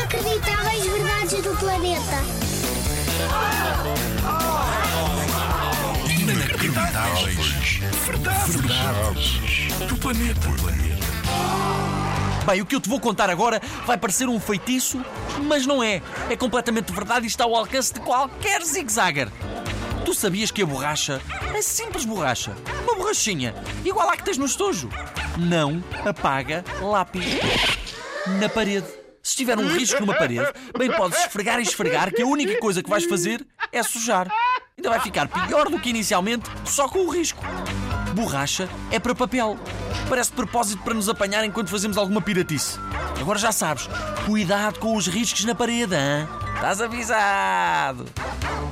Inacreditáveis verdades do planeta. Inacreditáveis verdades do planeta. Bem, o que eu te vou contar agora vai parecer um feitiço, mas não é. É completamente verdade e está ao alcance de qualquer zigue-zaguer. Tu sabias que a borracha, a simples borracha, uma borrachinha, igual à que tens no estojo, não apaga lápis na parede? Se tiver um risco numa parede, bem podes esfregar e esfregar, que a única coisa que vais fazer é sujar. Ainda vai ficar pior do que inicialmente, só com o risco. Borracha é para papel. Parece de propósito para nos apanhar enquanto fazemos alguma piratice. Agora já sabes, cuidado com os riscos na parede, hein? Estás avisado!